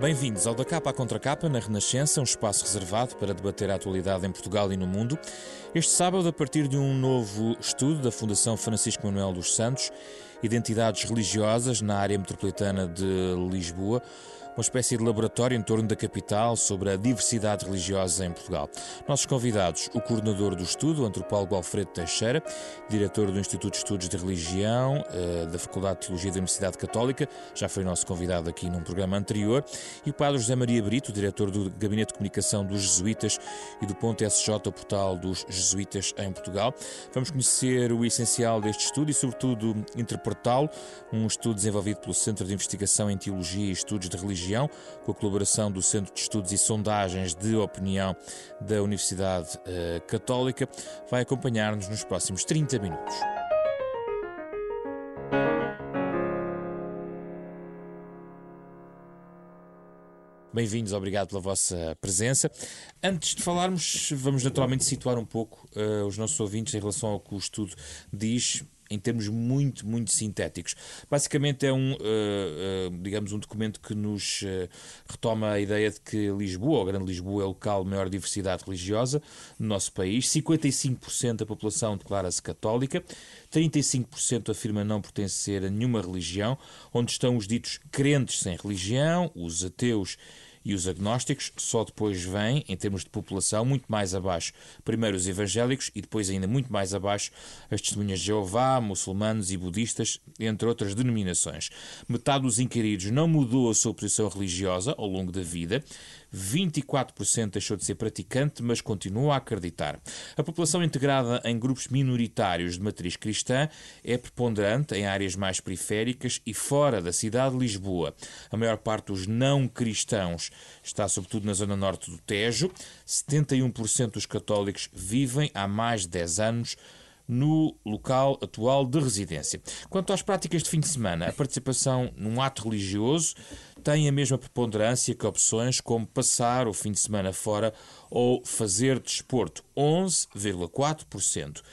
Bem-vindos ao Da Capa à Contra Capa, na Renascença, um espaço reservado para debater a atualidade em Portugal e no mundo. Este sábado, a partir de um novo estudo da Fundação Francisco Manuel dos Santos, Identidades Religiosas na área metropolitana de Lisboa, uma espécie de laboratório em torno da capital sobre a diversidade religiosa em Portugal. Nossos convidados, o coordenador do estudo, o antropólogo Alfredo Teixeira, diretor do Instituto de Estudos de Religião da Faculdade de Teologia da Universidade Católica, já foi nosso convidado aqui num programa anterior, e o padre José Maria Brito, diretor do Gabinete de Comunicação dos Jesuítas e do Ponto SJ, o portal dos Jesuítas em Portugal. Vamos conhecer o essencial deste estudo e, sobretudo, interpretá-lo, um estudo desenvolvido pelo Centro de Investigação em Teologia e Estudos de Religião, com a colaboração do Centro de Estudos e Sondagens de Opinião da Universidade Católica, vai acompanhar-nos nos próximos 30 minutos. Bem-vindos, obrigado pela vossa presença. Antes de falarmos, vamos naturalmente situar um pouco os nossos ouvintes em relação ao que o estudo diz, em termos muito sintéticos. Basicamente é um documento que nos retoma a ideia de que Lisboa, ou Grande Lisboa, é o local de maior diversidade religiosa no nosso país. 55% da população declara-se católica, 35% afirma não pertencer a nenhuma religião, onde estão os ditos crentes sem religião, os ateus e os agnósticos. Só depois vêm, em termos de população, muito mais abaixo, primeiro os evangélicos e depois ainda muito mais abaixo as testemunhas de Jeová, muçulmanos e budistas, entre outras denominações. Metade dos inquiridos não mudou a sua posição religiosa ao longo da vida, 24% deixou de ser praticante, mas continua a acreditar. A população integrada em grupos minoritários de matriz cristã é preponderante em áreas mais periféricas e fora da cidade de Lisboa. A maior parte dos não cristãos está sobretudo na zona norte do Tejo. 71% dos católicos vivem há mais de 10 anos no local atual de residência. Quanto às práticas de fim de semana, a participação num ato religioso tem a mesma preponderância que opções como passar o fim de semana fora ou fazer desporto, 11,4%.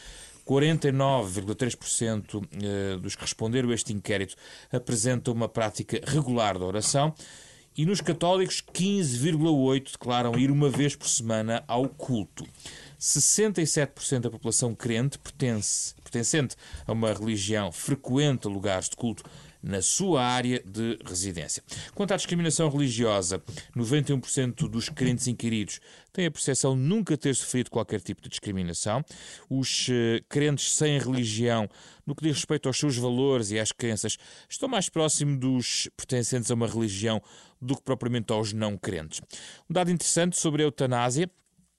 49,3% dos que responderam a este inquérito apresentam uma prática regular de oração e nos católicos 15,8% declaram ir uma vez por semana ao culto. 67% da população crente pertencente a uma religião frequenta lugares de culto na sua área de residência. Quanto à discriminação religiosa, 91% dos crentes inquiridos têm a percepção de nunca ter sofrido qualquer tipo de discriminação. Os crentes sem religião, no que diz respeito aos seus valores e às crenças, estão mais próximos dos pertencentes a uma religião do que propriamente aos não crentes. Um dado interessante sobre a eutanásia: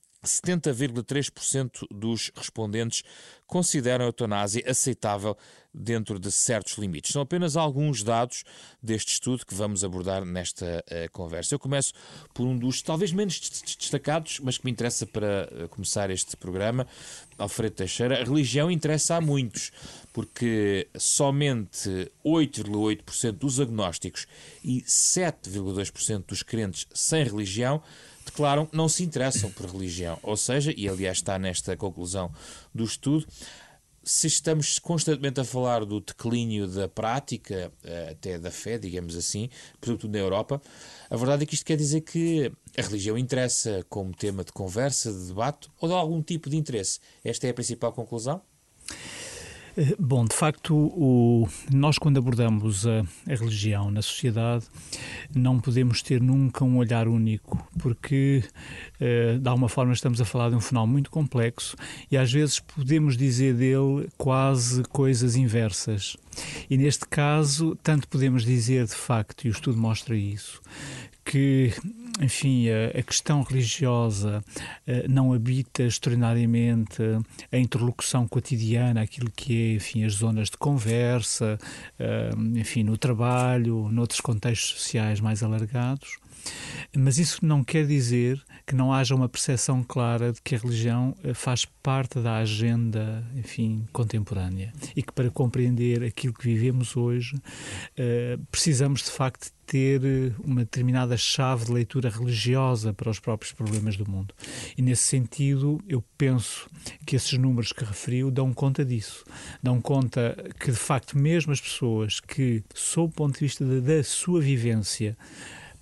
70,3% dos respondentes consideram a eutanásia aceitável dentro de certos limites. São apenas alguns dados deste estudo que vamos abordar nesta conversa. Eu começo por um dos talvez menos destacados, mas que me interessa para começar este programa, Alfredo Teixeira. A religião interessa a muitos, porque somente 8,8% dos agnósticos e 7,2% dos crentes sem religião declaram não se interessam por religião. Ou seja, e aliás está nesta conclusão do estudo, se estamos constantemente a falar do declínio da prática, até da fé, digamos assim, sobretudo na Europa, a verdade é que isto quer dizer que a religião interessa como tema de conversa, de debate ou de algum tipo de interesse. Esta é a principal conclusão? Bom, de facto, nós quando abordamos a religião na sociedade não podemos ter nunca um olhar único, porque de alguma forma estamos a falar de um fenómeno muito complexo e às vezes podemos dizer dele quase coisas inversas. E neste caso, tanto podemos dizer de facto, e o estudo mostra isso, que, enfim, a questão religiosa não habita extraordinariamente a interlocução cotidiana, aquilo que é, enfim, as zonas de conversa, enfim, no trabalho, noutros contextos sociais mais alargados. Mas isso não quer dizer que não haja uma percepção clara de que a religião faz parte da agenda, enfim, contemporânea e que para compreender aquilo que vivemos hoje precisamos de facto ter uma determinada chave de leitura religiosa para os próprios problemas do mundo. E nesse sentido eu penso que esses números que referiu dão conta disso. Dão conta que de facto mesmo as pessoas que, sob o ponto de vista da sua vivência,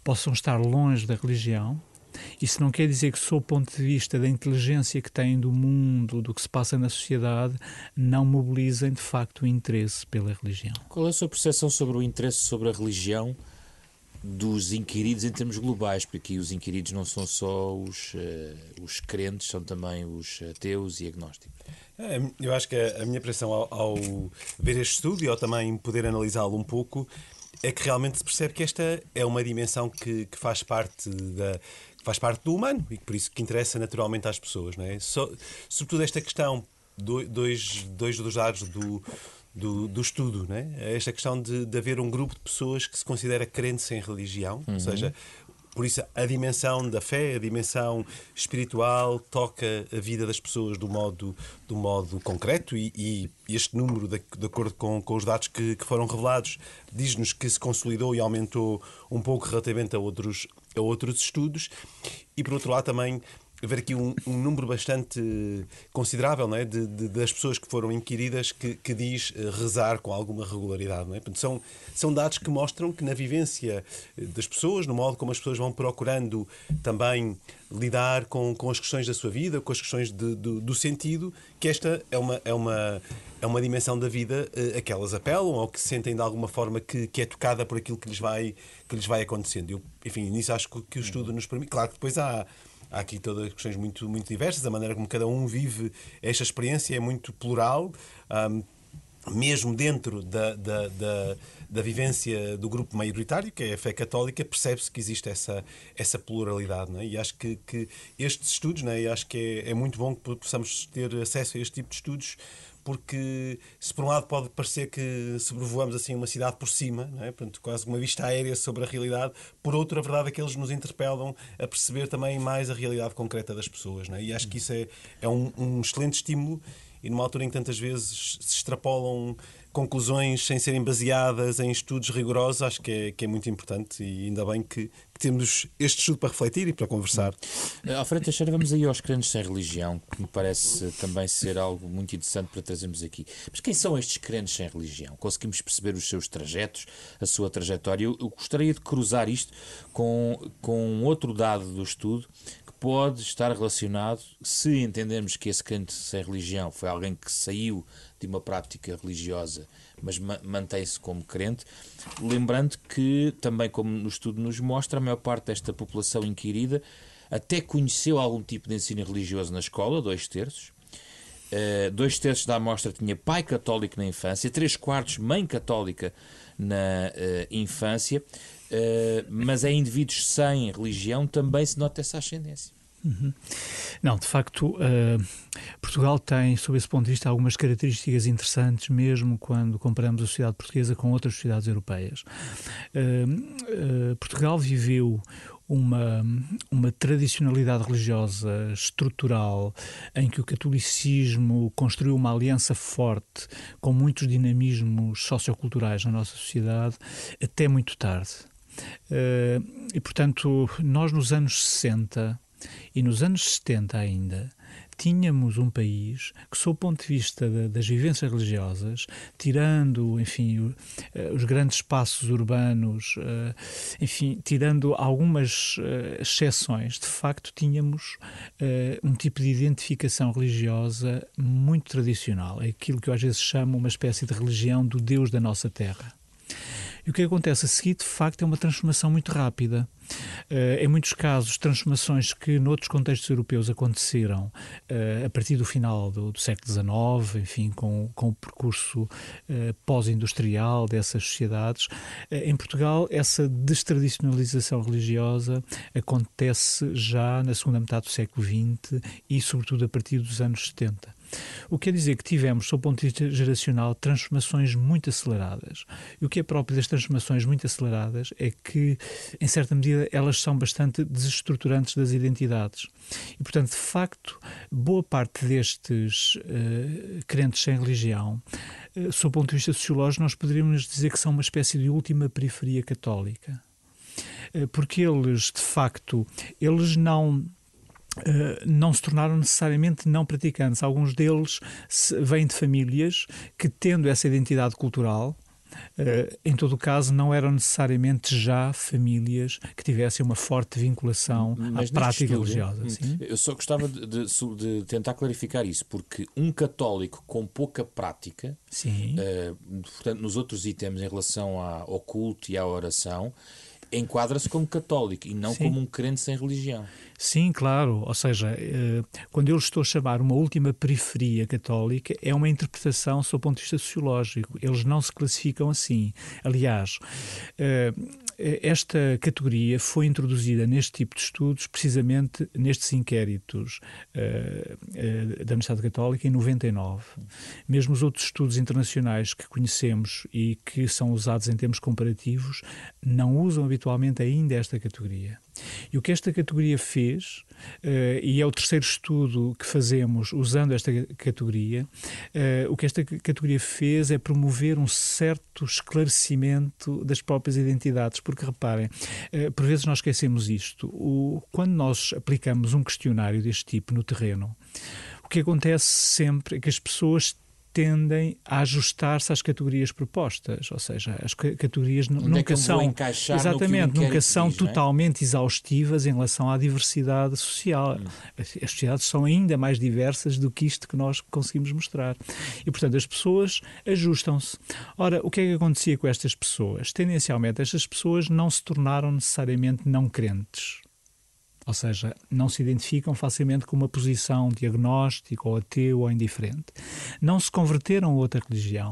possam estar longe da religião. Isso não quer dizer que, sob o ponto de vista da inteligência que têm do mundo, do que se passa na sociedade, não mobilizem, de facto, o interesse pela religião. Qual é a sua percepção sobre o interesse sobre a religião dos inquiridos em termos globais? Porque aqui os inquiridos não são só os crentes, são também os ateus e agnósticos. Eu acho que a minha impressão ao ver este estudo e ao também poder analisá-lo um pouco é que realmente se percebe que esta é uma dimensão que faz parte do humano e por isso que interessa naturalmente às pessoas, não é? Sobretudo esta questão, dois dos dados do estudo, não é? Esta questão de haver um grupo de pessoas que se considera crentes em religião, ou seja, por isso a dimensão da fé, a dimensão espiritual toca a vida das pessoas do modo concreto e este número, de acordo com os dados que foram revelados, diz-nos que se consolidou e aumentou um pouco relativamente a outros estudos. E por outro lado também haver aqui um número bastante considerável, não é, das pessoas que foram inquiridas que diz rezar com alguma regularidade. Não é? Portanto, são dados que mostram que na vivência das pessoas, no modo como as pessoas vão procurando também lidar com as questões da sua vida, com as questões do sentido, que esta é uma dimensão da vida a que elas apelam ou que sentem de alguma forma que é tocada por aquilo que lhes vai acontecendo. Enfim, nisso acho que o estudo nos permite. Claro que depois há aqui todas questões muito, muito diversas. A maneira como cada um vive esta experiência é muito plural. Mesmo dentro da vivência do grupo maioritário, que é a fé católica, percebe-se que existe essa pluralidade. Não é? E acho que estes estudos, não é? E acho que é muito bom que possamos ter acesso a este tipo de estudos, porque se por um lado pode parecer que sobrevoamos assim uma cidade por cima, não é? Portanto, quase uma vista aérea sobre a realidade, por outro, a verdade é que eles nos interpelam a perceber também mais a realidade concreta das pessoas. Não é? E acho que isso é um excelente estímulo, e numa altura em que tantas vezes se extrapolam conclusões sem serem baseadas em estudos rigorosos, acho que é muito importante, e ainda bem que temos este estudo para refletir e para conversar. Alfredo Teixeira, vamos aí aos crentes sem religião, que me parece também ser algo muito interessante para trazermos aqui. Mas quem são estes crentes sem religião? Conseguimos perceber os seus trajetos, a sua trajetória? Eu gostaria de cruzar isto com outro dado do estudo, pode estar relacionado, se entendermos que esse crente sem religião foi alguém que saiu de uma prática religiosa, mas mantém-se como crente, lembrando que, também como no estudo nos mostra, a maior parte desta população inquirida até conheceu algum tipo de ensino religioso na escola, 2/3. 2/3 da amostra tinha pai católico na infância, 3/4 mãe católica na infância, mas em indivíduos sem religião também se nota essa ascendência. Não, de facto, Portugal tem, sob esse ponto de vista, algumas características interessantes, mesmo quando comparamos a sociedade portuguesa com outras sociedades europeias. Portugal viveu uma tradicionalidade religiosa estrutural em que o catolicismo construiu uma aliança forte com muitos dinamismos socioculturais na nossa sociedade até muito tarde. E, portanto, nós nos anos 60 e nos anos 70 ainda, tínhamos um país que, sob o ponto de vista das vivências religiosas, tirando, enfim, os grandes espaços urbanos, enfim, tirando algumas exceções, de facto tínhamos um tipo de identificação religiosa muito tradicional. É aquilo que eu às vezes chamo uma espécie de religião do Deus da nossa terra. E o que acontece a seguir, de facto, é uma transformação muito rápida. Em muitos casos, transformações que noutros contextos europeus aconteceram a partir do final do século XIX, enfim, com o percurso pós-industrial dessas sociedades. Em Portugal, essa destradicionalização religiosa acontece já na segunda metade do século XX e, sobretudo, a partir dos anos 70. O que quer dizer que tivemos, sob o ponto de vista geracional, transformações muito aceleradas. E o que é próprio das transformações muito aceleradas é que, em certa medida, elas são bastante desestruturantes das identidades. E, portanto, de facto, boa parte destes crentes sem religião, sob o ponto de vista sociológico, nós poderíamos dizer que são uma espécie de última periferia católica. Porque eles, de facto, eles não se tornaram necessariamente não praticantes. Alguns deles vêm de famílias que, tendo essa identidade cultural, Em todo o caso, não eram necessariamente já famílias que tivessem uma forte vinculação à prática religiosa. Sim? Eu só gostava de tentar clarificar isso, porque um católico com pouca prática, portanto, nos outros itens em relação ao culto e à oração, enquadra-se como católico e não como um crente sem religião. Sim, claro. Ou seja, quando eu estou a chamar uma última periferia católica, é uma interpretação sob o ponto de vista sociológico. Eles não se classificam assim. Aliás, esta categoria foi introduzida neste tipo de estudos precisamente nestes inquéritos da Universidade Católica em 99. Mesmo os outros estudos internacionais que conhecemos e que são usados em termos comparativos não usam habitualmente ainda esta categoria. E o que esta categoria fez, e é o terceiro estudo que fazemos usando esta categoria, o que esta categoria fez é promover um certo esclarecimento das próprias identidades, porque reparem, por vezes nós esquecemos isto, quando nós aplicamos um questionário deste tipo no terreno, o que acontece sempre é que as pessoas tendem a ajustar-se às categorias propostas, ou seja, as categorias nunca são nunca são totalmente exaustivas em relação à diversidade social. As sociedades são ainda mais diversas do que isto que nós conseguimos mostrar. E, portanto, as pessoas ajustam-se. Ora, o que é que acontecia com estas pessoas? Tendencialmente, estas pessoas não se tornaram necessariamente não crentes. Ou seja, não se identificam facilmente com uma posição de agnóstico ou ateu ou indiferente. Não se converteram a outra religião.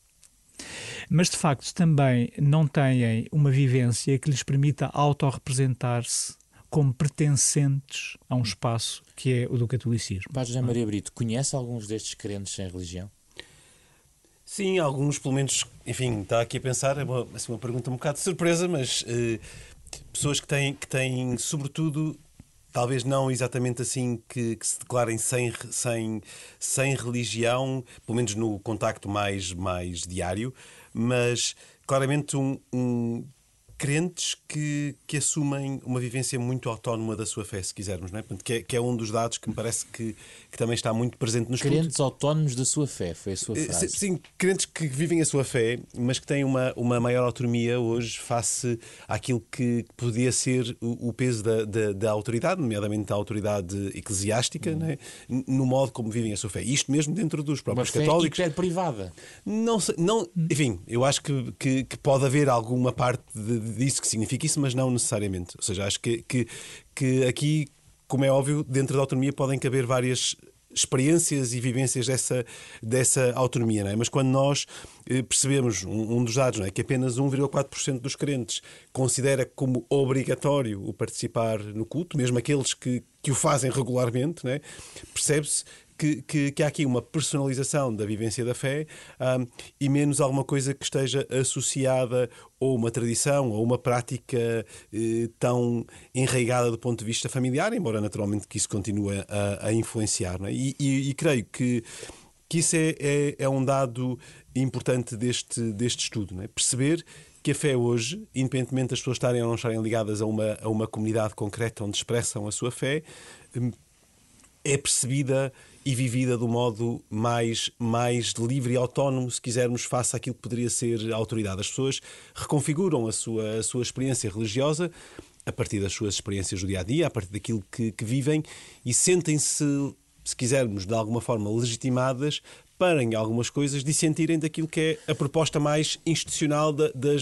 Mas, de facto, também não têm uma vivência que lhes permita autorrepresentar-se como pertencentes a um espaço que é o do catolicismo. Padre José Maria Brito, conhece alguns destes crentes sem religião? Sim, alguns, pelo menos, enfim, está aqui a pensar, é uma pergunta um bocado de surpresa, mas pessoas que têm, sobretudo, talvez não exatamente assim, que se declarem sem religião, pelo menos no contacto mais diário, mas claramente crentes que assumem uma vivência muito autónoma da sua fé, se quisermos, não é? Portanto, que é um dos dados que me parece que também está muito presente nos estudo. Crentes autónomos da sua fé, foi a sua frase. Sim, crentes que vivem a sua fé, mas que têm uma maior autonomia hoje face àquilo que podia ser o peso da autoridade, nomeadamente da autoridade eclesiástica, não é? No modo como vivem a sua fé. Isto mesmo dentro dos próprios católicos. Uma fé hiper-privada. Enfim, eu acho que pode haver alguma parte disso que significa isso, mas não necessariamente. Ou seja, acho que aqui, como é óbvio, dentro da autonomia podem caber várias experiências e vivências dessa autonomia, não é? Mas quando nós percebemos um dos dados, não é? Que apenas 1,4% dos crentes considera como obrigatório o participar no culto, mesmo aqueles que o fazem regularmente, não é? Percebe-se que há aqui uma personalização da vivência da fé e menos alguma coisa que esteja associada ou uma tradição ou uma prática tão enraizada do ponto de vista familiar, embora naturalmente que isso continue a influenciar. Não é? E creio que isso é um dado importante deste estudo. Não é? Perceber que a fé hoje, independentemente das pessoas estarem ou não estarem ligadas a uma comunidade concreta onde expressam a sua fé, é percebida e vivida de um modo mais livre e autónomo, se quisermos, face àquilo que poderia ser a autoridade. As pessoas reconfiguram a sua experiência religiosa a partir das suas experiências do dia-a-dia, a partir daquilo que vivem e sentem-se, se quisermos, de alguma forma legitimadas para, em algumas coisas, dissentirem daquilo que é a proposta mais institucional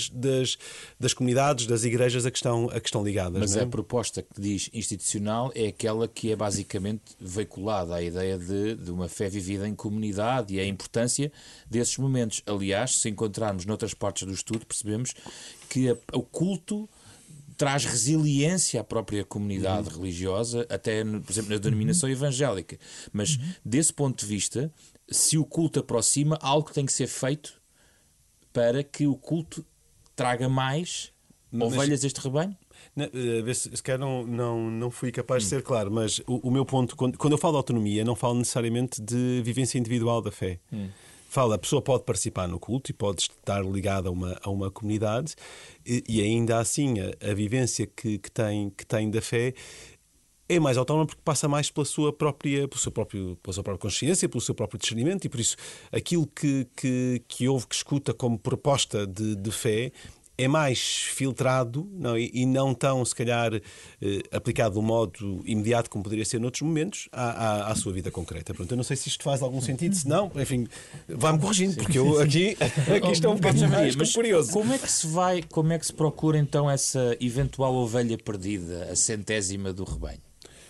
das comunidades, das igrejas a que estão ligadas. Mas não é? A proposta que diz institucional é aquela que é basicamente veiculada à ideia de uma fé vivida em comunidade e a importância desses momentos. Aliás, se encontrarmos noutras partes do estudo, percebemos que o culto traz resiliência à própria comunidade religiosa, até, por exemplo, na denominação evangélica. Mas, desse ponto de vista, se o culto aproxima, algo tem que ser feito para que o culto traga mais ovelhas a este rebanho? Se calhar não fui capaz de ser claro, mas o meu ponto, quando eu falo de autonomia, não falo necessariamente de vivência individual da fé. A pessoa pode participar no culto e pode estar ligada a uma comunidade e ainda assim a vivência que tem da fé é mais autónoma porque passa mais pela sua própria consciência, pelo seu próprio discernimento, e por isso aquilo que ouve, que escuta como proposta de fé, é mais filtrado, não, e não tão, se calhar, aplicado de um modo imediato como poderia ser noutros momentos à sua vida concreta. Pronto, eu não sei se isto faz algum sentido, se não, enfim, vá-me corrigindo, porque eu aqui estou um bocadinho mais curioso. Como é que se procura então essa eventual ovelha perdida, a 100ª do rebanho?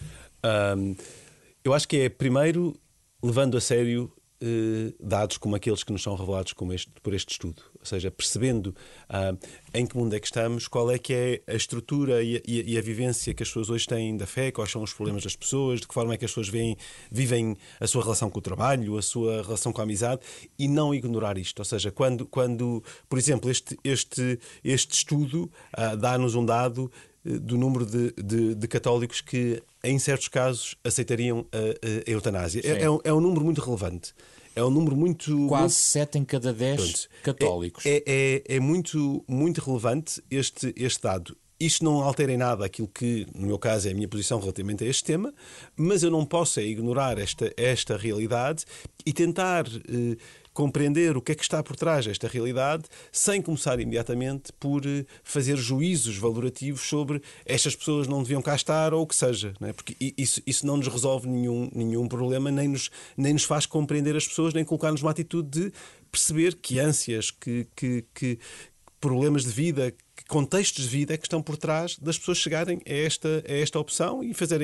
Eu acho que é, primeiro, levando a sério dados como aqueles que nos são revelados por este estudo. Ou seja, percebendo em que mundo é que estamos, qual é que é a estrutura e a vivência que as pessoas hoje têm da fé, quais são os problemas das pessoas, de que forma é que as pessoas vivem a sua relação com o trabalho, a sua relação com a amizade, e não ignorar isto. Ou seja, quando por exemplo, este estudo dá-nos um dado do número de católicos que, em certos casos, aceitariam a eutanásia. É um número muito relevante. É um número muito... Quase 7 em cada 10 católicos. É muito, muito relevante este dado. Isto não altera em nada aquilo que, no meu caso, é a minha posição relativamente a este tema, mas eu não posso ignorar esta realidade e tentar compreender o que é que está por trás desta realidade, sem começar imediatamente por fazer juízos valorativos sobre estas pessoas não deviam cá estar ou o que seja, não é? Porque isso não nos resolve nenhum problema, nem nos faz compreender as pessoas, nem colocar-nos numa atitude de perceber que ânsias, que problemas de vida, que contextos de vida é que estão por trás das pessoas chegarem a esta opção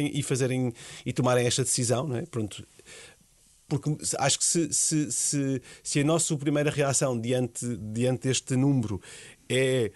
e tomarem esta decisão, não é? Pronto. Porque acho que se a nossa primeira reação diante deste número é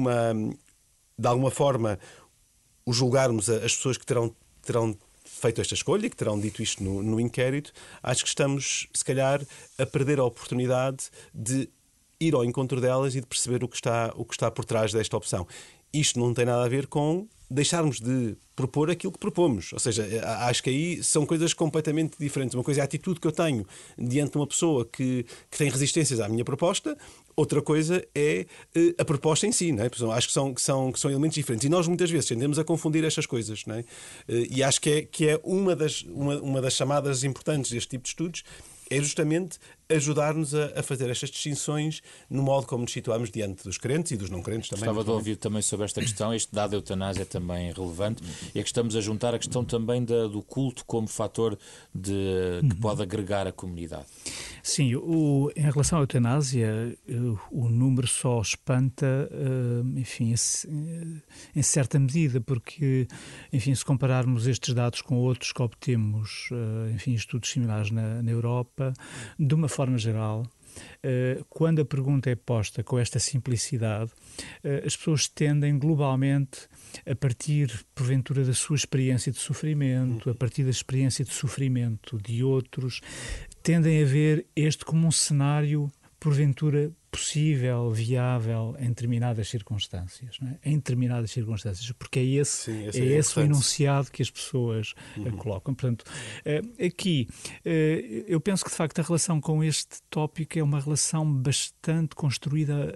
de alguma forma, o julgarmos as pessoas que terão feito esta escolha, que terão dito isto no inquérito, acho que estamos, se calhar, a perder a oportunidade de ir ao encontro delas e de perceber o que está por trás desta opção. Isto não tem nada a ver com deixarmos de propor aquilo que propomos. Ou seja, acho que aí são coisas completamente diferentes. Uma coisa é a atitude que eu tenho diante de uma pessoa que tem resistências à minha proposta, outra coisa é a proposta em si. Não é? Acho que são elementos diferentes. E nós muitas vezes tendemos a confundir estas coisas. Não é? E acho que é uma das chamadas importantes deste tipo de estudos, é justamente ajudar-nos a fazer estas distinções no modo como nos situamos diante dos crentes e dos não crentes também. Gostava de ouvir também sobre esta questão. Este dado da eutanásia é também relevante. E é que estamos a juntar a questão também do culto como fator que pode agregar a comunidade. Sim, em relação à eutanásia, o número só espanta, enfim, em certa medida, porque, enfim, se compararmos estes dados com outros que obtemos, enfim, estudos similares na Europa, de uma forma geral, quando a pergunta é posta com esta simplicidade, as pessoas tendem globalmente, a partir, porventura, da sua experiência de sofrimento, a partir da experiência de sofrimento de outros, tendem a ver este como um cenário, porventura, possível, viável, em determinadas circunstâncias. Não é? Em determinadas circunstâncias, porque é esse o enunciado que as pessoas colocam. Portanto, aqui, eu penso que, de facto, a relação com este tópico é uma relação bastante construída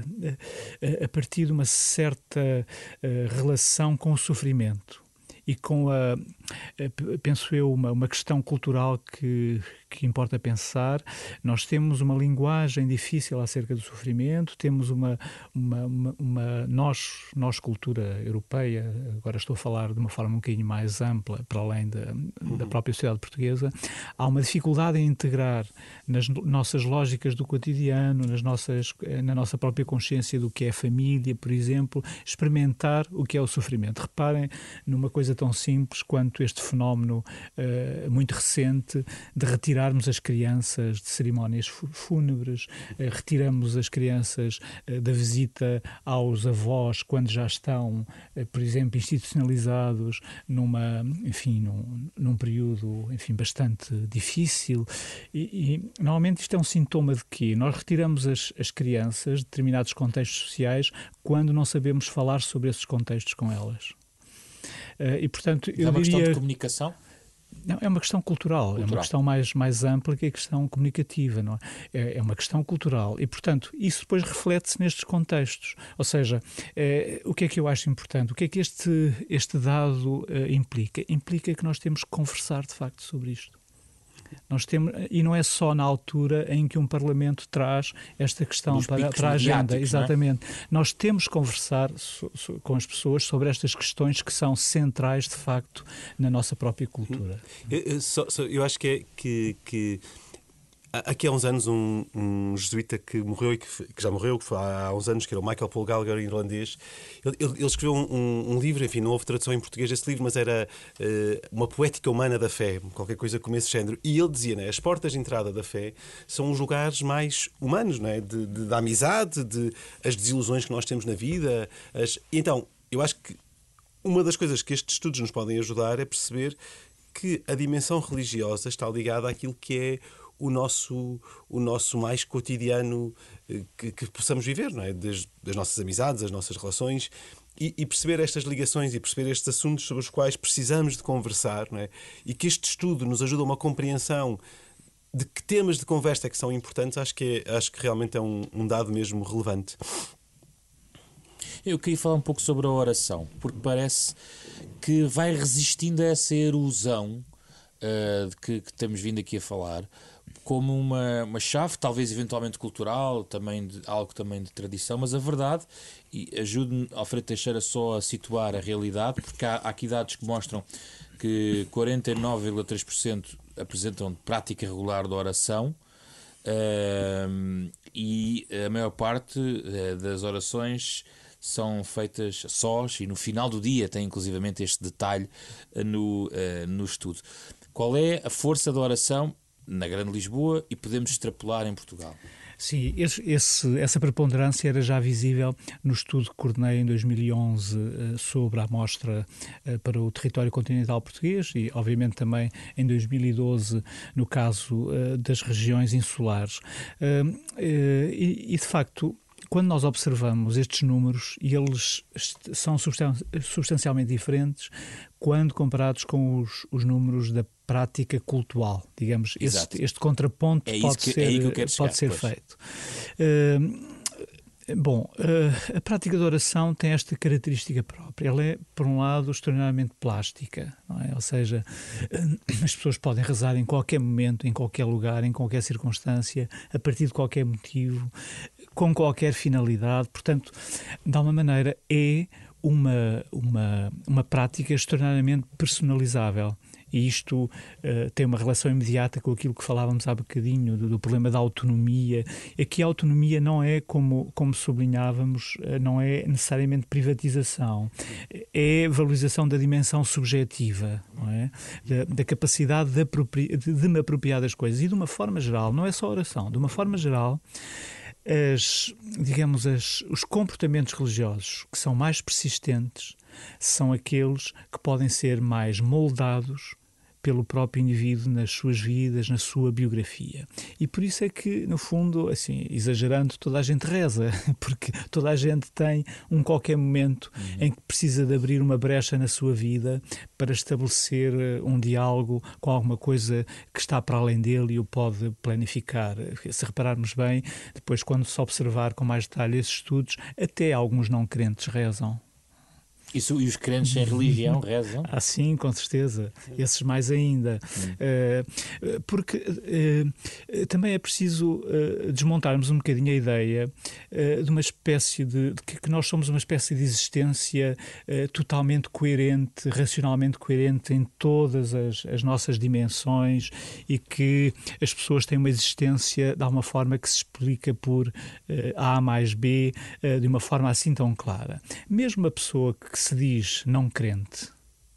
a partir de uma certa relação com o sofrimento. E com penso eu, uma questão cultural que importa pensar. Nós temos uma linguagem difícil acerca do sofrimento, temos nós, cultura europeia, agora estou a falar de uma forma um bocadinho mais ampla, para além da própria sociedade portuguesa, há uma dificuldade em integrar nas nossas lógicas do cotidiano, na nossa própria consciência do que é a família, por exemplo, experimentar o que é o sofrimento. Reparem numa coisa tão simples quanto este fenómeno muito recente de retirarmos as crianças de cerimónias fúnebres, retiramos as crianças da visita aos avós quando já estão, por exemplo, institucionalizados num período, enfim, bastante difícil. E normalmente isto é um sintoma de que nós retiramos as crianças de determinados contextos sociais quando não sabemos falar sobre esses contextos com elas. E, portanto, é uma questão de comunicação? Não, é uma questão cultural, é uma questão mais ampla que a questão comunicativa, não é? É uma questão cultural e, portanto, isso depois reflete-se nestes contextos. Ou seja, o que é que eu acho importante? O que é que este dado implica? Implica que nós temos que conversar, de facto, sobre isto. Nós temos, e não é só na altura em que um Parlamento traz esta questão para a agenda. Exatamente. É? Nós temos que conversar com as pessoas sobre estas questões que são centrais, de facto, na nossa própria cultura. Eu acho que aqui há uns anos um jesuíta que morreu e que já morreu, que foi há uns anos, que era o Michael Paul Gallagher, irlandês. Ele escreveu um livro, enfim, não houve tradução em português desse livro, mas era uma poética humana da fé, qualquer coisa como esse género. E ele dizia, né, as portas de entrada da fé são os lugares mais humanos, né, da amizade, as desilusões que nós temos na vida. Então, eu acho que uma das coisas que estes estudos nos podem ajudar é perceber que a dimensão religiosa está ligada àquilo que é o nosso mais cotidiano que possamos viver, não é? Das nossas amizades, as nossas relações, e perceber estas ligações e perceber estes assuntos sobre os quais precisamos de conversar, não é? E que este estudo nos ajuda a uma compreensão de que temas de conversa é que são importantes, acho que realmente é um dado mesmo relevante. Eu queria falar um pouco sobre a oração, porque parece que vai resistindo a essa erosão que temos vindo aqui a falar, como uma chave, talvez eventualmente cultural, também algo também de tradição, mas a verdade, e ajude-me, Alfredo Teixeira, só a situar a realidade, porque há aqui dados que mostram que 49,3% apresentam prática regular da oração, e a maior parte das orações são feitas sós, e no final do dia tem inclusivamente este detalhe no estudo. Qual é a força da oração na Grande Lisboa e podemos extrapolar em Portugal? Sim, essa preponderância era já visível no estudo que coordenei em 2011 sobre a amostra para o território continental português e, obviamente, também em 2012 no caso das regiões insulares. De facto, quando nós observamos estes números, eles são substancialmente diferentes quando comparados com os números da prática cultural, digamos. Este contraponto pode ser feito. A prática de oração tem esta característica própria. Ela é, por um lado, extraordinariamente plástica, não é? Ou seja, as pessoas podem rezar em qualquer momento, em qualquer lugar, em qualquer circunstância, a partir de qualquer motivo, com qualquer finalidade. Portanto, de alguma maneira, é uma prática extraordinariamente personalizável. E isto tem uma relação imediata com aquilo que falávamos há bocadinho, do problema da autonomia. Aqui a autonomia não é, como sublinhávamos, não é necessariamente privatização, é valorização da dimensão subjetiva, não é? Da capacidade de me apropriar das coisas. E de uma forma geral, não é só oração, de uma forma geral, os comportamentos religiosos que são mais persistentes são aqueles que podem ser mais moldados pelo próprio indivíduo nas suas vidas, na sua biografia. E por isso é que, no fundo, assim, exagerando, toda a gente reza, porque toda a gente tem qualquer momento em que precisa de abrir uma brecha na sua vida para estabelecer um diálogo com alguma coisa que está para além dele e o pode planificar. Se repararmos bem, depois quando se observar com mais detalhe esses estudos, até alguns não crentes rezam. E os crentes sem religião rezam? Sim, com certeza. Esses mais ainda. Porque também é preciso desmontarmos um bocadinho a ideia de uma espécie de que nós somos uma espécie de existência totalmente coerente, racionalmente coerente em todas as nossas dimensões e que as pessoas têm uma existência de alguma forma que se explica por A mais B de uma forma assim tão clara. Mesmo a pessoa que se diz não crente,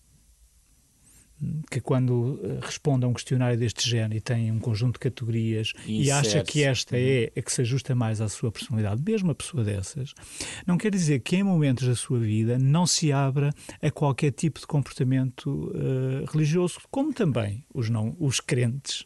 que quando responde a um questionário deste género e tem um conjunto de categorias e acha que esta é a que se ajusta mais à sua personalidade, mesmo a pessoa dessas, não quer dizer que em momentos da sua vida não se abra a qualquer tipo de comportamento religioso, como também os crentes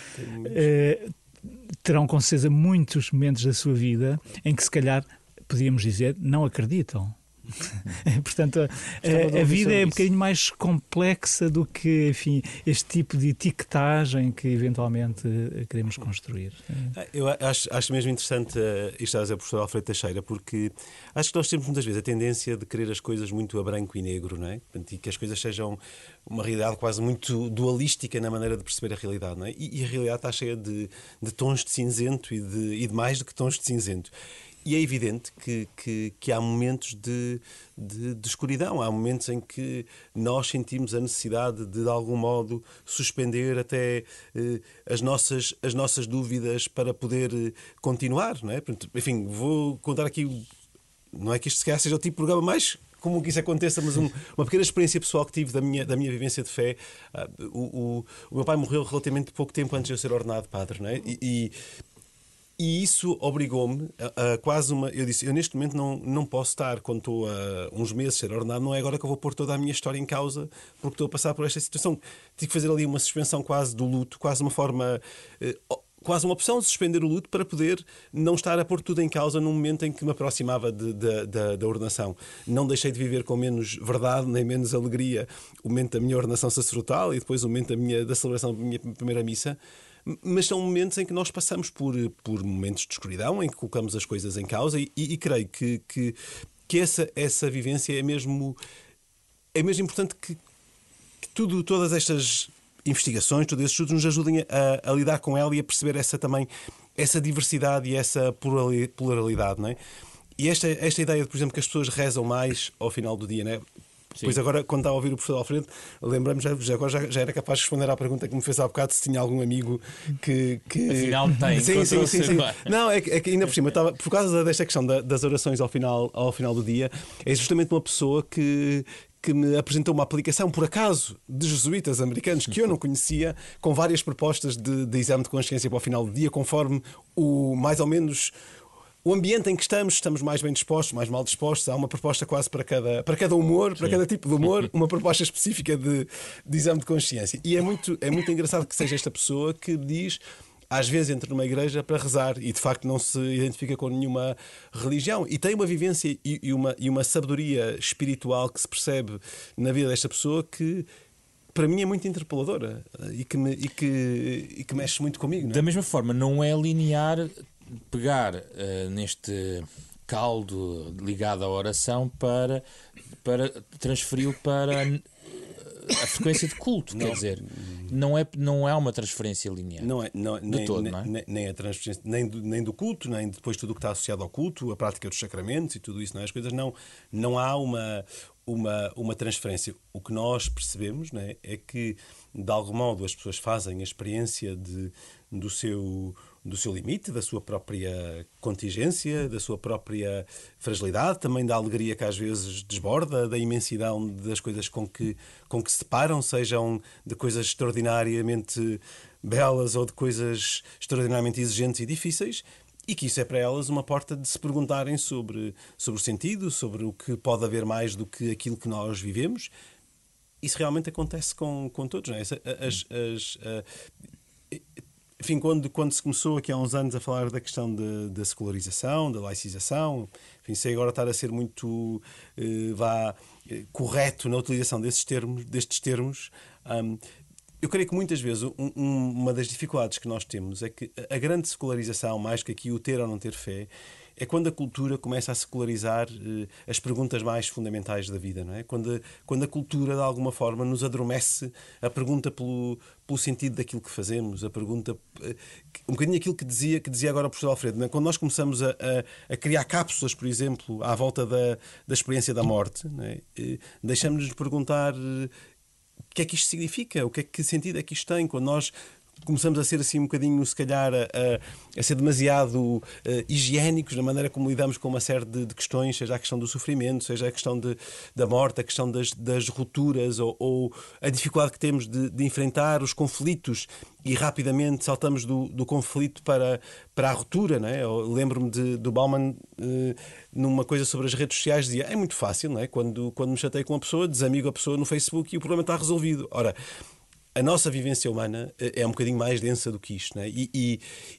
terão com certeza muitos momentos da sua vida em que se calhar, podíamos dizer, não acreditam. Portanto, a vida é um bocadinho mais complexa do que, enfim, este tipo de etiquetagem que eventualmente queremos construir. Eu acho mesmo interessante isto a dizer o professor Alfredo Teixeira, porque acho que nós temos muitas vezes a tendência de querer as coisas muito a branco e negro, não é? E que as coisas sejam uma realidade quase muito dualística na maneira de perceber a realidade, não é? E a realidade está cheia de tons de cinzento e de mais do que tons de cinzento. E é evidente que há momentos de escuridão, há momentos em que nós sentimos a necessidade de algum modo, suspender até as nossas dúvidas para poder continuar, não é? Enfim, vou contar aqui, não é que isto se calhar seja o tipo de programa mais comum que isso aconteça, mas uma pequena experiência pessoal que tive da minha vivência de fé. O meu pai morreu relativamente pouco tempo antes de eu ser ordenado padre, não é? E isso obrigou-me a quase uma... Eu disse, eu neste momento não posso estar, quando estou a uns meses a ser ordenado, não é agora que eu vou pôr toda a minha história em causa porque estou a passar por esta situação. Tive que fazer ali uma suspensão quase do luto, quase uma forma... quase uma opção de suspender o luto para poder não estar a pôr tudo em causa num momento em que me aproximava da ordenação. Não deixei de viver com menos verdade nem menos alegria o momento da minha ordenação sacerdotal e depois o momento da celebração da minha primeira missa. Mas são momentos em que nós passamos por momentos de escuridão, em que colocamos as coisas em causa e creio que essa vivência é mesmo importante que todas estas investigações, todos esses estudos nos ajudem a lidar com ela e a perceber essa diversidade e essa pluralidade, não é? E esta ideia de, por exemplo, que as pessoas rezam mais ao final do dia, não é? Pois agora, quando estava a ouvir o professor Alfredo, lembramos agora já era capaz de responder à pergunta que me fez há bocado, se tinha algum amigo que... Afinal tem. Sim. Não, é que ainda por cima, estava, por causa desta questão das orações ao final do dia, é justamente uma pessoa que me apresentou uma aplicação, por acaso, de jesuítas americanos que eu não conhecia, com várias propostas de exame de consciência para o final do dia, conforme mais ou menos... O ambiente em que estamos mais bem dispostos, mais mal dispostos. Há uma proposta quase para cada humor, para cada tipo de humor, uma proposta específica de exame de consciência. E é muito engraçado que seja esta pessoa que diz, às vezes entra numa igreja para rezar e de facto não se identifica com nenhuma religião. E tem uma vivência e uma sabedoria espiritual que se percebe na vida desta pessoa que, para mim, é muito interpeladora e que mexe muito comigo. Não é? Da mesma forma, não é linear pegar neste caldo ligado à oração para transferi-lo para a frequência de culto. Quer dizer, não é uma transferência linear. Não é nem a transferência, nem do culto, nem depois tudo o que está associado ao culto, a prática dos sacramentos e tudo isso. Não é? As coisas não há uma transferência. O que nós percebemos, não é que, de algum modo, as pessoas fazem a experiência do seu limite, da sua própria contingência, da sua própria fragilidade, também da alegria que às vezes desborda, da imensidão das coisas com que se deparam, sejam de coisas extraordinariamente belas ou de coisas extraordinariamente exigentes e difíceis, e que isso é para elas uma porta de se perguntarem sobre o sentido, sobre o que pode haver mais do que aquilo que nós vivemos. Isso realmente acontece com todos, não é? Enfim, quando se começou aqui há uns anos a falar da questão da secularização, da laicização, enfim, sei agora estar a ser muito correto na utilização destes termos, eu creio que muitas vezes uma das dificuldades que nós temos é que a grande secularização, mais que aqui o ter ou não ter fé, é quando a cultura começa a secularizar as perguntas mais fundamentais da vida, não é? Quando a cultura, de alguma forma, nos adormece a pergunta pelo sentido daquilo que fazemos, a pergunta... Um bocadinho aquilo que dizia agora o professor Alfredo, não é? Quando nós começamos a criar cápsulas, por exemplo, à volta da experiência da morte, não é? Deixamos-nos perguntar o que é que isto significa, que sentido é que isto tem, quando nós começamos a ser assim um bocadinho, se calhar, a ser demasiado higiênicos na maneira como lidamos com uma série de questões, seja a questão do sofrimento, seja a questão da morte, a questão das rupturas ou a dificuldade que temos de enfrentar os conflitos e rapidamente saltamos do conflito para a ruptura, não é? Eu lembro-me do Bauman numa coisa sobre as redes sociais, dizia, é muito fácil, não é? Quando me chatei com uma pessoa, desamigo a pessoa no Facebook e o problema está resolvido. Ora, a nossa vivência humana é um bocadinho mais densa do que isto, não é? E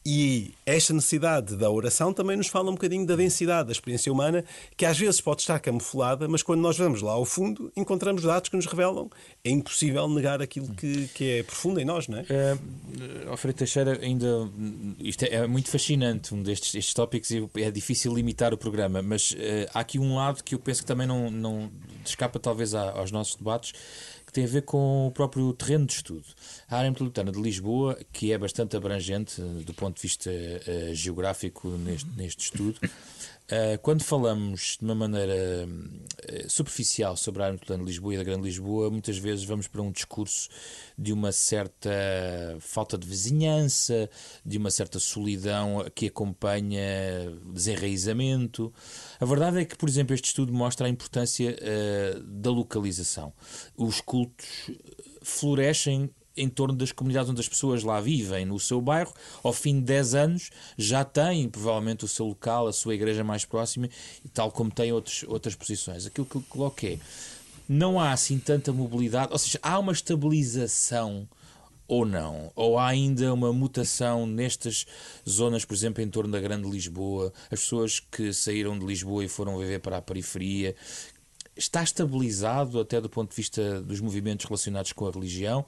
E esta necessidade da oração também nos fala um bocadinho da densidade da experiência humana, que às vezes pode estar camuflada, mas quando nós vamos lá ao fundo, encontramos dados que nos revelam. É impossível negar aquilo que é profundo em nós, não é? Alfredo Teixeira, ainda isto é muito fascinante, estes tópicos, e é difícil limitar o programa, mas há aqui um lado que eu penso que também não escapa talvez aos nossos debates, que tem a ver com o próprio terreno de estudo. A área metropolitana de Lisboa, que é bastante abrangente do ponto de vista geográfico neste estudo, quando falamos de uma maneira superficial sobre a área metropolitana de Lisboa e da Grande Lisboa, muitas vezes vamos para um discurso de uma certa falta de vizinhança, de uma certa solidão que acompanha desenraizamento. A verdade é que, por exemplo, este estudo mostra a importância da localização. Os cultos florescem em torno das comunidades onde as pessoas lá vivem, no seu bairro. Ao fim de 10 anos já têm provavelmente o seu local, a sua igreja mais próxima, tal como têm outras posições. Aquilo que eu coloco é, não há assim tanta mobilidade, ou seja, há uma estabilização ou não? Ou há ainda uma mutação nestas zonas, por exemplo, em torno da Grande Lisboa, as pessoas que saíram de Lisboa e foram viver para a periferia? Está estabilizado até do ponto de vista dos movimentos relacionados com a religião?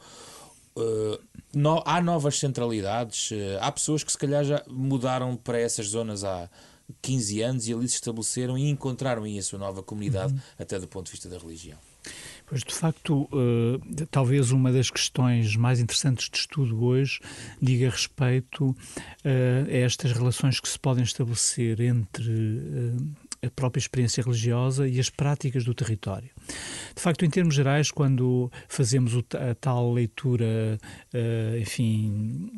Há novas centralidades, há pessoas que se calhar já mudaram para essas zonas há 15 anos e ali se estabeleceram e encontraram aí a sua nova comunidade, até do ponto de vista da religião. Pois, de facto, talvez uma das questões mais interessantes de estudo hoje diga respeito a estas relações que se podem estabelecer entre a própria experiência religiosa e as práticas do território. De facto, em termos gerais, quando fazemos a tal leitura, enfim,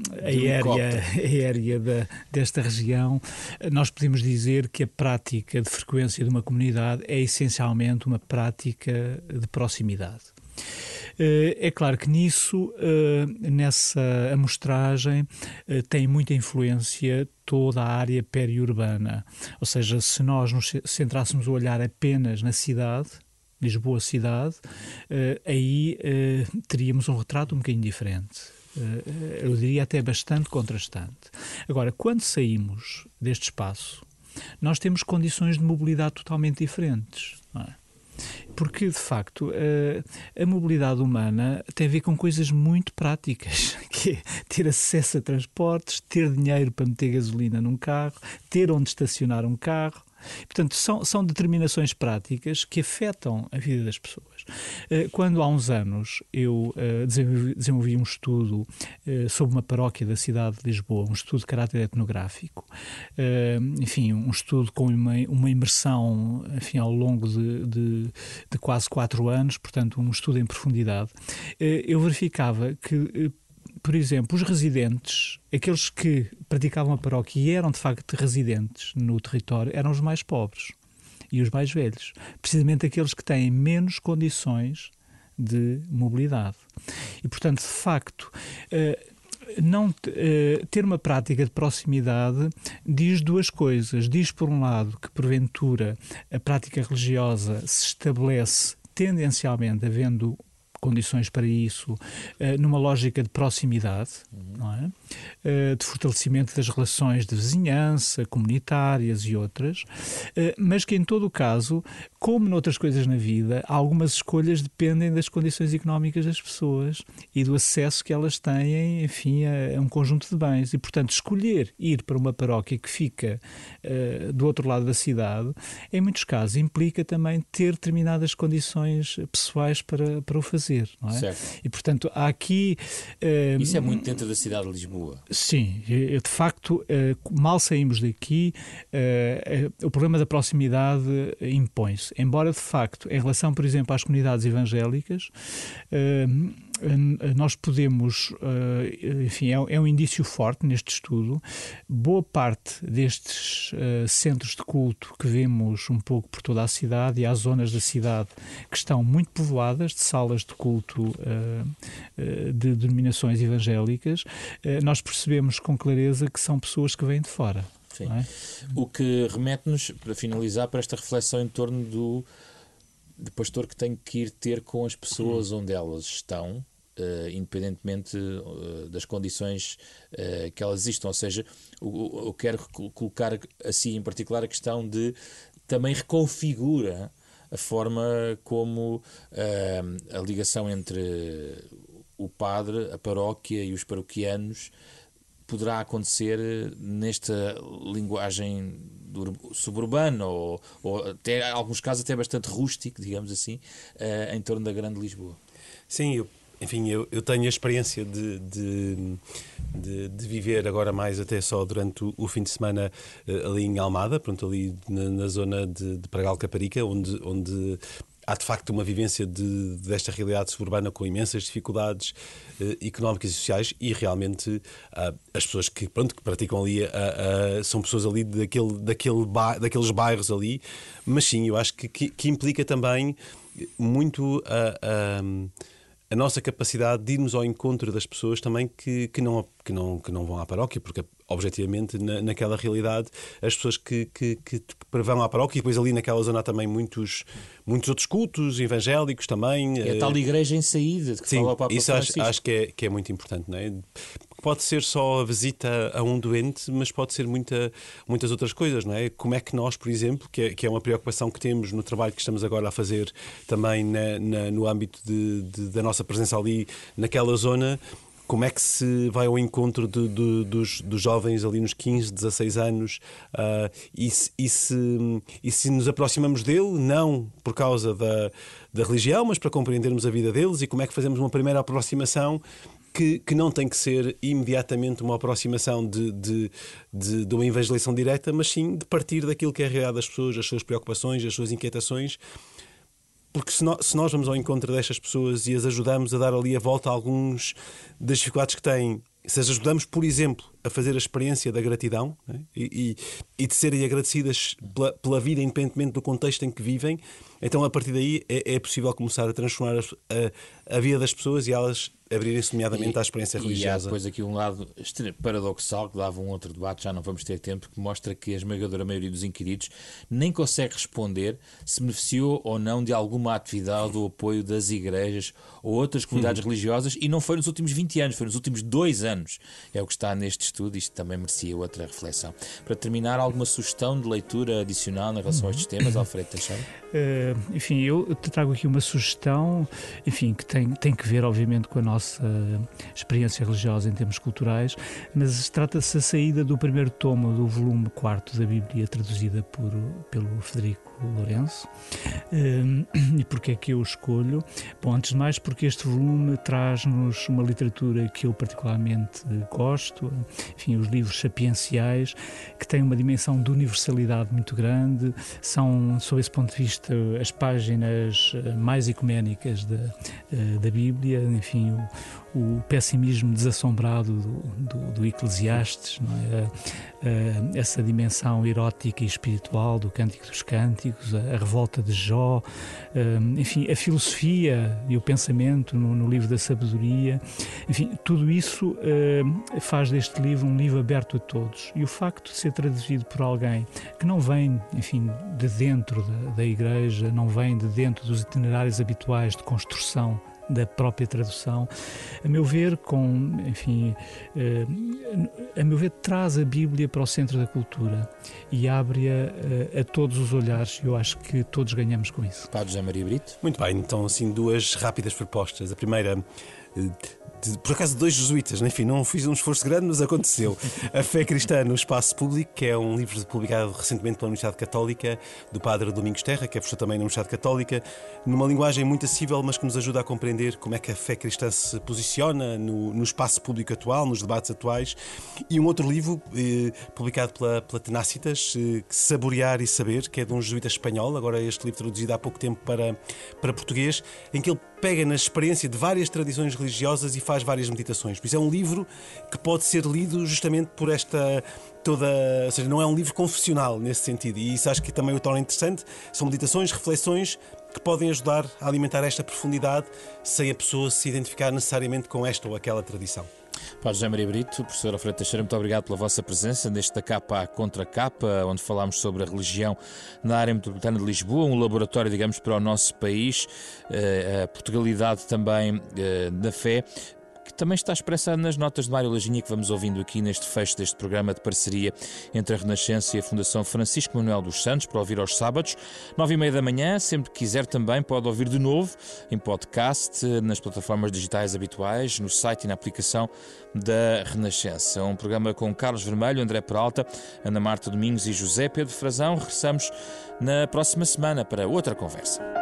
aérea desta região, nós podemos dizer que a prática de frequência de uma comunidade é essencialmente uma prática de proximidade. É claro que nisso, nessa amostragem, tem muita influência toda a área periurbana. Ou seja, se nós nos centrássemos o olhar apenas na cidade, Lisboa cidade, aí teríamos um retrato um bocadinho diferente. Eu diria até bastante contrastante. Agora, quando saímos deste espaço, nós temos condições de mobilidade totalmente diferentes, não é? Porque, de facto, a mobilidade humana tem a ver com coisas muito práticas, que é ter acesso a transportes, ter dinheiro para meter gasolina num carro, ter onde estacionar um carro. Portanto, são determinações práticas que afetam a vida das pessoas. Quando há uns anos eu desenvolvi um estudo sobre uma paróquia da cidade de Lisboa, um estudo de caráter etnográfico, enfim, um estudo com uma imersão, enfim, ao longo de quase 4 anos, portanto, um estudo em profundidade, eu verificava que, por exemplo, os residentes, aqueles que praticavam a paróquia e eram de facto residentes no território, eram os mais pobres e os mais velhos, precisamente aqueles que têm menos condições de mobilidade. E, portanto, de facto, ter uma prática de proximidade diz duas coisas. Diz, por um lado, que porventura a prática religiosa se estabelece tendencialmente havendo condições para isso, numa lógica de proximidade, não é? De fortalecimento das relações de vizinhança, comunitárias e outras, mas que em todo o caso, como noutras coisas na vida, algumas escolhas dependem das condições económicas das pessoas e do acesso que elas têm, enfim, a um conjunto de bens. E, portanto, escolher ir para uma paróquia que fica do outro lado da cidade, em muitos casos, implica também ter determinadas condições pessoais para o fazer. Não é? Certo. E, portanto, há aqui... Isso é muito dentro da cidade de Lisboa. Sim, de facto, mal saímos daqui, o problema da proximidade impõe-se. Embora, de facto, em relação, por exemplo, às comunidades evangélicas, nós podemos, enfim, é um indício forte neste estudo. Boa parte destes centros de culto que vemos um pouco por toda a cidade, e há zonas da cidade que estão muito povoadas de salas de culto de denominações evangélicas, nós percebemos com clareza que são pessoas que vêm de fora. Sim. Não é? O que remete-nos, para finalizar, para esta reflexão em torno do pastor que tem que ir ter com as pessoas onde elas estão, independentemente das condições que elas existam. Ou seja, eu quero colocar assim em particular a questão de também reconfigura a forma como a ligação entre o padre, a paróquia e os paroquianos poderá acontecer nesta linguagem suburbana ou até, em alguns casos, até bastante rústico, digamos assim, em torno da Grande Lisboa. Sim, eu tenho a experiência de viver agora mais até só durante o fim de semana ali em Almada, pronto, ali na zona de Pragal Caparica, onde há de facto uma vivência desta realidade suburbana com imensas dificuldades económicas e sociais, e realmente as pessoas que praticam ali são pessoas ali daqueles bairros ali, mas sim, eu acho que implica também muito a nossa capacidade de irmos ao encontro das pessoas também que não vão à paróquia, porque objetivamente naquela realidade as pessoas que vão à paróquia, e depois ali naquela zona há também muitos outros cultos evangélicos também. É a tal igreja em saída de que fala o Papa Francisco. Isso acho que é muito importante, não é? Pode ser só a visita a um doente, mas pode ser muitas outras coisas, não é? Como é que nós, por exemplo, que é uma preocupação que temos no trabalho que estamos agora a fazer também no âmbito da nossa presença ali naquela zona, como é que se vai ao encontro dos jovens ali nos 15, 16 anos e se nos aproximamos dele, não por causa da religião, mas para compreendermos a vida deles, e como é que fazemos uma primeira aproximação que não tem que ser imediatamente uma aproximação de uma evangelização direta, mas sim de partir daquilo que é a realidade das pessoas, as suas preocupações, as suas inquietações. Porque se nós vamos ao encontro destas pessoas e as ajudamos a dar ali a volta a alguns das dificuldades que têm, se as ajudamos, por exemplo, a fazer a experiência da gratidão, né? e de serem agradecidas pela vida, independentemente do contexto em que vivem, então a partir daí é possível começar a transformar a vida das pessoas e elas abrirem-se nomeadamente à experiência religiosa. E há depois aqui um lado paradoxal que dava um outro debate, já não vamos ter tempo, que mostra que a esmagadora maioria dos inquiridos nem consegue responder se beneficiou ou não de alguma atividade ou apoio das igrejas ou outras comunidades religiosas, e não foi nos últimos 20 anos, foi nos últimos 2 anos. É o que está neste estudo, isto também merecia outra reflexão. Para terminar, alguma sugestão de leitura adicional em relação a estes temas, Alfredo Teixeira? Enfim, eu te trago aqui uma sugestão, enfim, que tem que ver, obviamente, com a nossa experiência religiosa em termos culturais, mas trata-se da saída do primeiro tomo do volume 4 da Bíblia, traduzida pelo Frederico Lourenço. E porquê é que eu escolho? Bom, antes de mais, porque este volume traz-nos uma literatura que eu particularmente gosto, enfim, os livros sapienciais, que têm uma dimensão de universalidade muito grande, são, sob esse ponto de vista, as páginas mais ecuménicas da Bíblia, enfim, o pessimismo desassombrado do Eclesiastes, não é? Essa dimensão erótica e espiritual do Cântico dos Cânticos, a revolta de Jó, enfim, a filosofia e o pensamento no livro da sabedoria, enfim, tudo isso faz deste livro um livro aberto a todos. E o facto de ser traduzido por alguém que não vem, enfim, de dentro da Igreja, não vem de dentro dos itinerários habituais de construção da própria tradução, a meu ver, traz a Bíblia para o centro da cultura e abre-a a todos os olhares. Eu acho que todos ganhamos com isso. Padre José Maria Brito. Muito bem, então assim 2 rápidas propostas. A primeira, por acaso, 2 jesuítas, enfim, não fiz um esforço grande, mas aconteceu. A Fé Cristã no Espaço Público, que é um livro publicado recentemente pela Universidade Católica, do padre Domingos Terra, que é professor também na Universidade Católica, numa linguagem muito acessível, mas que nos ajuda a compreender como é que a fé cristã se posiciona no espaço público atual, nos debates atuais. E um outro livro, publicado pela Tenacitas, Saborear e Saber, que é de um jesuíta espanhol, agora este livro traduzido há pouco tempo para português, em que ele pega na experiência de várias tradições religiosas e faz várias meditações. Por isso é um livro que pode ser lido justamente por esta toda... Ou seja, não é um livro confessional nesse sentido. E isso acho que também o torna interessante. São meditações, reflexões que podem ajudar a alimentar esta profundidade sem a pessoa se identificar necessariamente com esta ou aquela tradição. Padre José Maria Brito, professor Alfredo Teixeira, muito obrigado pela vossa presença neste Da Capa à Contra Capa, onde falámos sobre a religião na área metropolitana de Lisboa, um laboratório, digamos, para o nosso país, a Portugalidade também da fé, que também está expressa nas notas de Mário Laginha que vamos ouvindo aqui neste fecho deste programa de parceria entre a Renascença e a Fundação Francisco Manuel dos Santos, para ouvir aos sábados, 9h30 da manhã. Sempre que quiser também pode ouvir de novo em podcast, nas plataformas digitais habituais, no site e na aplicação da Renascença. Um programa com Carlos Vermelho, André Peralta, Ana Marta Domingos e José Pedro Frazão. Regressamos na próxima semana para outra conversa.